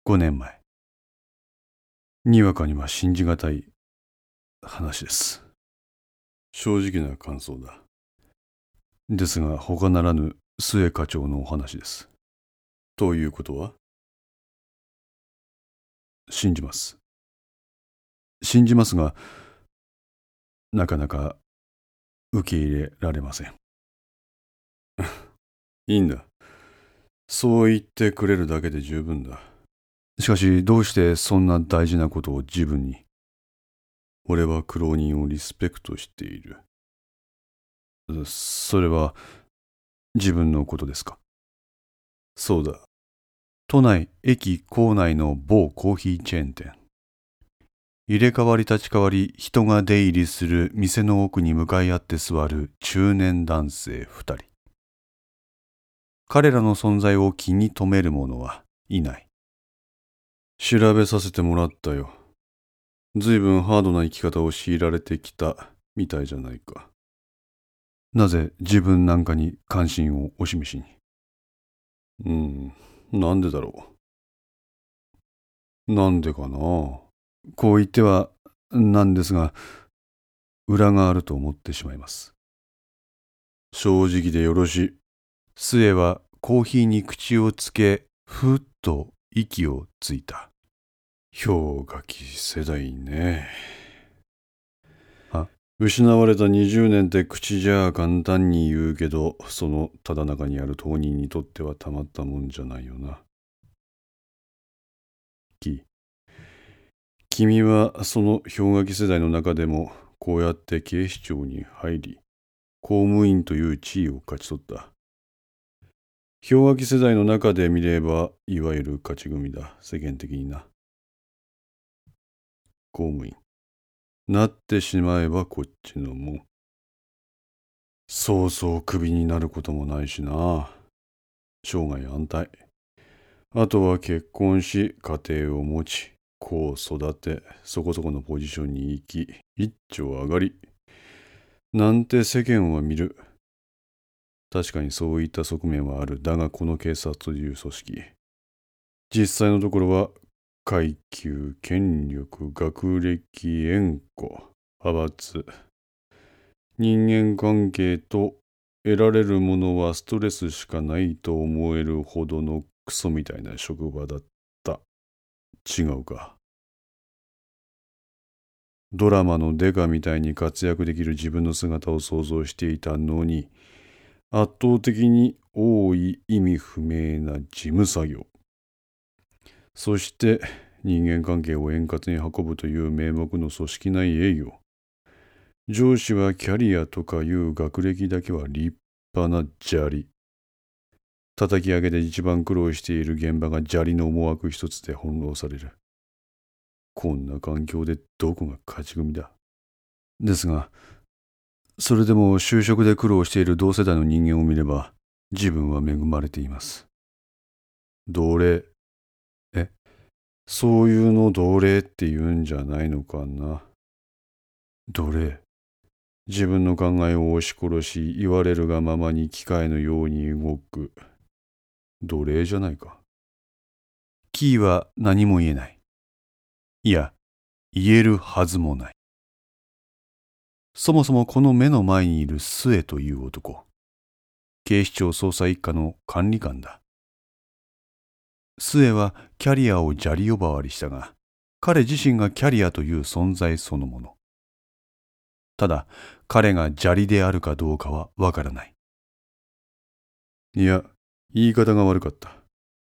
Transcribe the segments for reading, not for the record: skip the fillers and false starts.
5年前。にわかには信じがたい話です。正直な感想だ。ですが他ならぬ須江課長のお話です。ということは、信じます。信じますが、なかなか受け入れられません。いいんだ。そう言ってくれるだけで十分だ。しかしどうしてそんな大事なことを自分に。俺は苦労人をリスペクトしている。それは自分のことですか？そうだ。都内駅構内の某コーヒーチェーン店。入れ替わり立ち替わり人が出入りする店の奥に向かい合って座る中年男性2人。彼らの存在を気に留める者はいない。調べさせてもらったよ。ずいぶんハードな生き方を強いられてきたみたいじゃないか。なぜ自分なんかに関心をお示しに。なんでだろう。なんでかな。こう言ってはなんですが、裏があると思ってしまいます。正直でよろしい。須江はコーヒーに口をつけ、ふっと息をついた。氷河期世代ね。失われた20年って口じゃ簡単に言うけど、そのただ中にある当人にとってはたまったもんじゃないよな。君はその氷河期世代の中でもこうやって警視庁に入り、公務員という地位を勝ち取った。氷河期世代の中で見れば、いわゆる勝ち組だ、世間的にな。公務員。なってしまえばこっちのもん。そうそうクビになることもないしな。生涯安泰。あとは結婚し、家庭を持ち、子を育て、そこそこのポジションに行き、一丁上がり。なんて世間は見る。確かにそういった側面はある。だがこの警察という組織、実際のところは階級、権力、学歴、縁故、派閥、人間関係と得られるものはストレスしかないと思えるほどのクソみたいな職場だった。違うか。ドラマのデカみたいに活躍できる自分の姿を想像していたのに、圧倒的に多い意味不明な事務作業。そして人間関係を円滑に運ぶという名目の組織内営業。上司はキャリアとかいう学歴だけは立派な砂利。叩き上げで一番苦労している現場が砂利の思惑一つで翻弄される。こんな環境でどこが勝ち組だ。ですが、それでも就職で苦労している同世代の人間を見れば、自分は恵まれています。奴隷。そういうの奴隷って言うんじゃないのかな。奴隷。自分の考えを押し殺し、言われるがままに機械のように動く。奴隷じゃないか。キーは何も言えない。いや、言えるはずもない。そもそもこの目の前にいる須江という男、警視庁捜査一課の管理官だ。須江はキャリアを砂利呼ばわりしたが、彼自身がキャリアという存在そのもの。ただ、彼が砂利であるかどうかはわからない。いや、言い方が悪かった。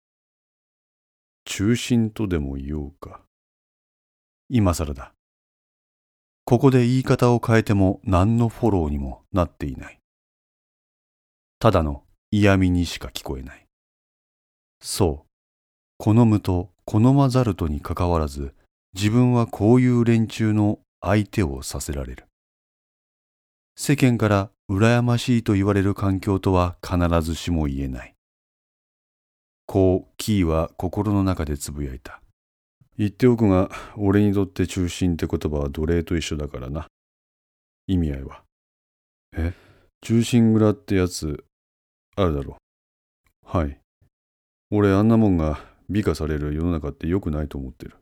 中心とでも言おうか。今更だ。ここで言い方を変えても何のフォローにもなっていない。ただの嫌味にしか聞こえない。そう、好むと好まざるとにかかわらず、自分はこういう連中の相手をさせられる。世間から羨ましいと言われる環境とは必ずしも言えない。こうキーは心の中でつぶやいた。言っておくが、俺にとって中心って言葉は奴隷と一緒だからな。意味合いは。中心蔵ってやつあるだろう。はい。俺あんなもんが美化される世の中って良くないと思ってる。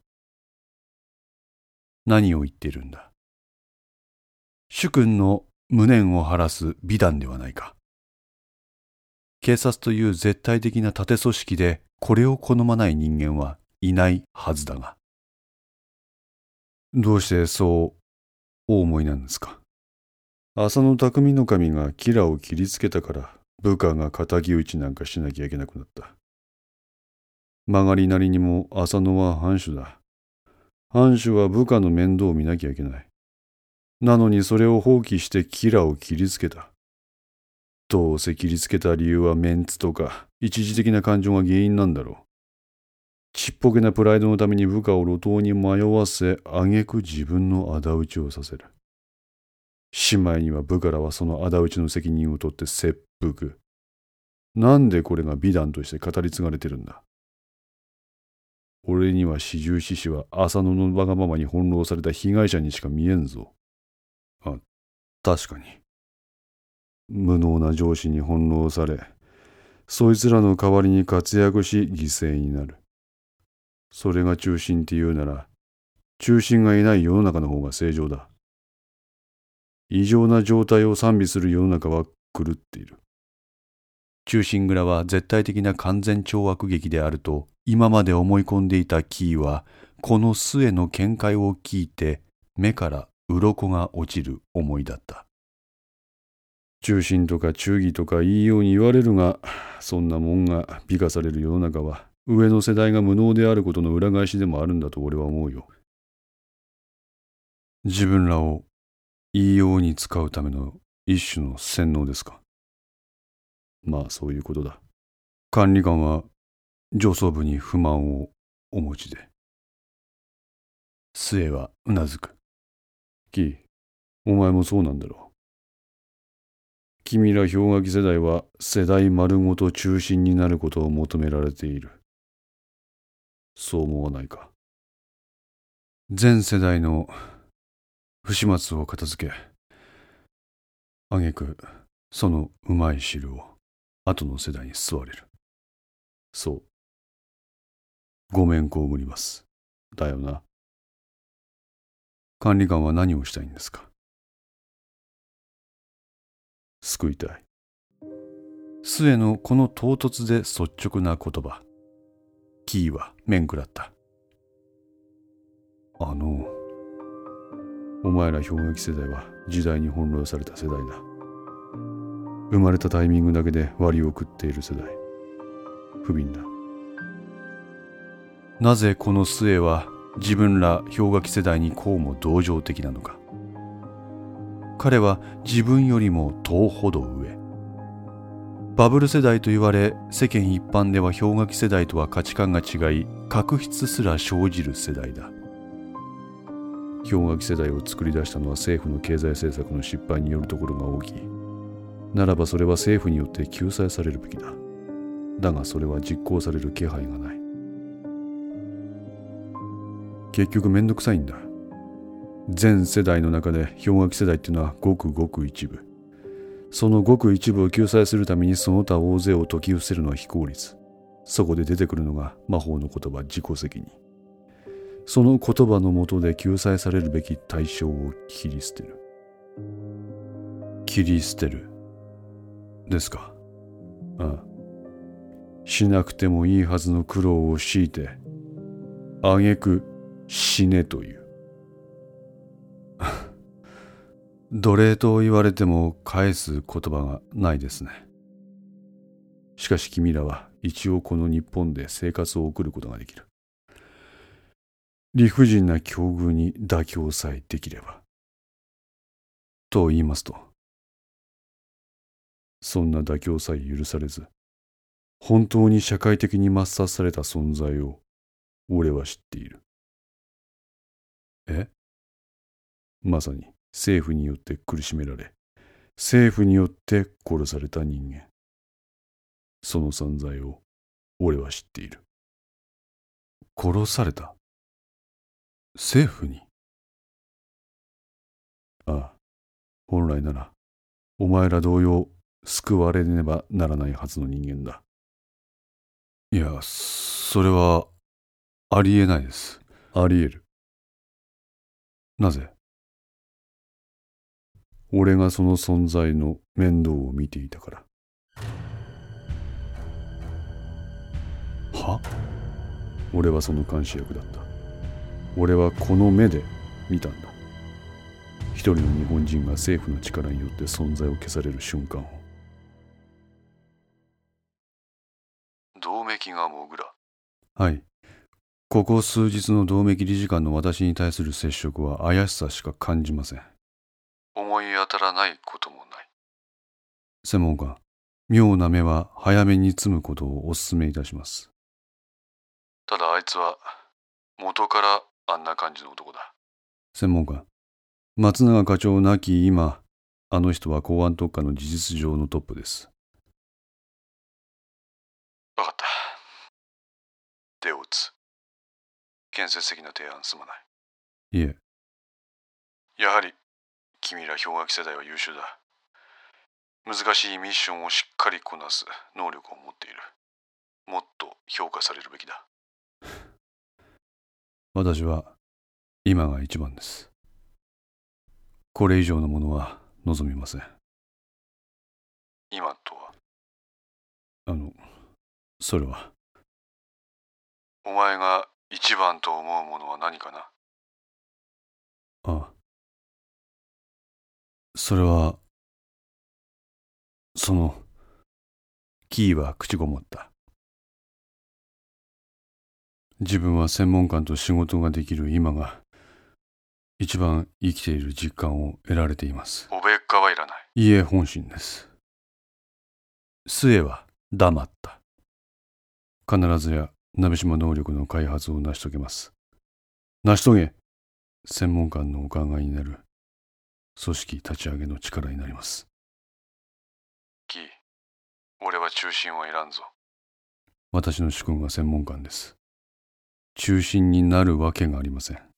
何を言っているんだ。主君の無念を晴らす美談ではないか。警察という絶対的な縦組織でこれを好まない人間はいないはずだが。どうしてそうお思いなんですか。浅野匠の神が吉良を切りつけたから部下が敵討ちなんかしなきゃいけなくなった。曲がりなりにも浅野は藩主だ。藩主は部下の面倒を見なきゃいけない。なのにそれを放棄して吉良を切りつけた。どうせ切りつけた理由はメンツとか一時的な感情が原因なんだろう。ちっぽけなプライドのために部下を路頭に迷わせ、挙句自分の仇討ちをさせる。しまいには部下らはその仇討ちの責任を取って切腹。なんでこれが美談として語り継がれてるんだ。俺には四十四士は浅野のわがままに翻弄された被害者にしか見えんぞ。確かに。無能な上司に翻弄され、そいつらの代わりに活躍し犠牲になる。それが中心って言うなら、中心がいない世の中の方が正常だ。異常な状態を賛美する世の中は狂っている。忠臣蔵は絶対的な完全懲悪劇であると今まで思い込んでいたキーは、この末の見解を聞いて目から鱗が落ちる思いだった。忠臣とか忠義とかいいように言われるが、そんなもんが美化される世の中は上の世代が無能であることの裏返しでもあるんだと俺は思うよ。自分らをいいように使うための一種の洗脳ですか。まあそういうことだ。管理官は上層部に不満をお持ちで。末はうなずく。キー、お前もそうなんだろう。君ら氷河期世代は世代丸ごと中心になることを求められている。そう思わないか。全世代の不始末を片付け、挙句そのうまい汁を後の世代に吸われる。そう。ごめん被ります。だよな。管理官は何をしたいんですか。救いたい。末のこの唐突で率直な言葉。キーは面食らった。お前ら氷河期世代は時代に翻弄された世代だ。生まれたタイミングだけで割を食っている世代。不憫だ。なぜこの末は自分ら氷河期世代にこうも同情的なのか。彼は自分よりも10ほど上。バブル世代と言われ、世間一般では氷河期世代とは価値観が違い、確執すら生じる世代だ。氷河期世代を作り出したのは政府の経済政策の失敗によるところが大きい。ならばそれは政府によって救済されるべきだ。だがそれは実行される気配がない。結局めんどくさいんだ。全世代の中で氷河期世代っていうのはごくごく一部。そのごく一部を救済するためにその他大勢を説き伏せるのは非効率。そこで出てくるのが魔法の言葉、自己責任。その言葉のもとで救済されるべき対象を切り捨てる。切り捨てる。ですか。ああ。しなくてもいいはずの苦労を強いて、挙句死ねという。奴隷と言われても返す言葉がないですね。しかし君らは一応この日本で生活を送ることができる。理不尽な境遇に妥協さえできれば。と言いますと、そんな妥協さえ許されず、本当に社会的に抹殺された存在を俺は知っている。まさに政府によって苦しめられ、政府によって殺された人間。その存在を俺は知っている。殺された？政府に？ああ、本来ならお前ら同様救われねばならないはずの人間だ。 いや、それはありえないです。ありえる。なぜ？俺がその存在の面倒を見ていたから。は？俺はその監視役だった。俺はこの目で見たんだ。一人の日本人が政府の力によって存在を消される瞬間を。百目鬼がモグラ。はい。ここ数日の百目鬼理事官の私に対する接触は怪しさしか感じません。思い当たらないこともない。専門家、妙な目は早めに摘むことをお勧めいたします。ただあいつは元からあんな感じの男だ。専門家、松永課長亡き今、あの人は公安特化の事実上のトップです。わかった。手を打つ。建設的な提案すまない。いえ。やはり君ら氷河期世代は優秀だ。難しいミッションをしっかりこなす能力を持っている。もっと評価されるべきだ。私は今が一番です。これ以上のものは望みません。今とは？それは。お前が一番と思うものは何かな？ああ。それは、キーは口ごもった。自分は専門官と仕事ができる今が、一番生きている実感を得られています。おべっかはいらない。いいえ、本心です。末は黙った。必ずや鍋島能力の開発を成し遂げます。成し遂げ、専門官のお考えになる組織立ち上げの力になります。キー、俺は中心はいらんぞ。私の主君は専門官です。中心になるわけがありません。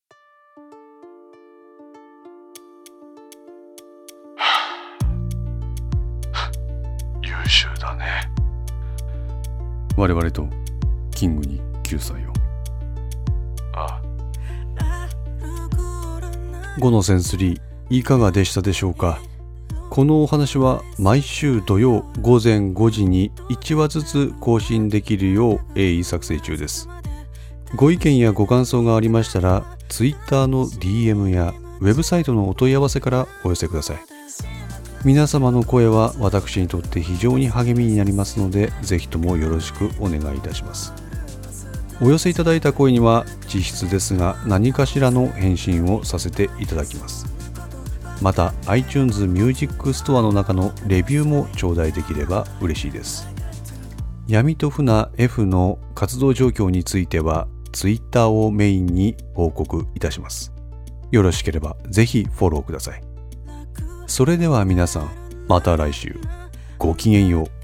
優秀だね。我々とキングに9歳を。ああ。5のセンス3いかがでしたでしょうか。このお話は毎週土曜午前5時に1話ずつ更新できるよう鋭意作成中です。ご意見やご感想がありましたら Twitter の DM やウェブサイトのお問い合わせからお寄せください。皆様の声は私にとって非常に励みになりますので、ぜひともよろしくお願いいたします。お寄せいただいた声には実質ですが何かしらの返信をさせていただきます。また iTunes Music Store の中のレビューも頂戴できれば嬉しいです。闇と船 F の活動状況については Twitter をメインに報告いたします。よろしければぜひフォローください。それでは皆さん、また来週。ごきげんよう。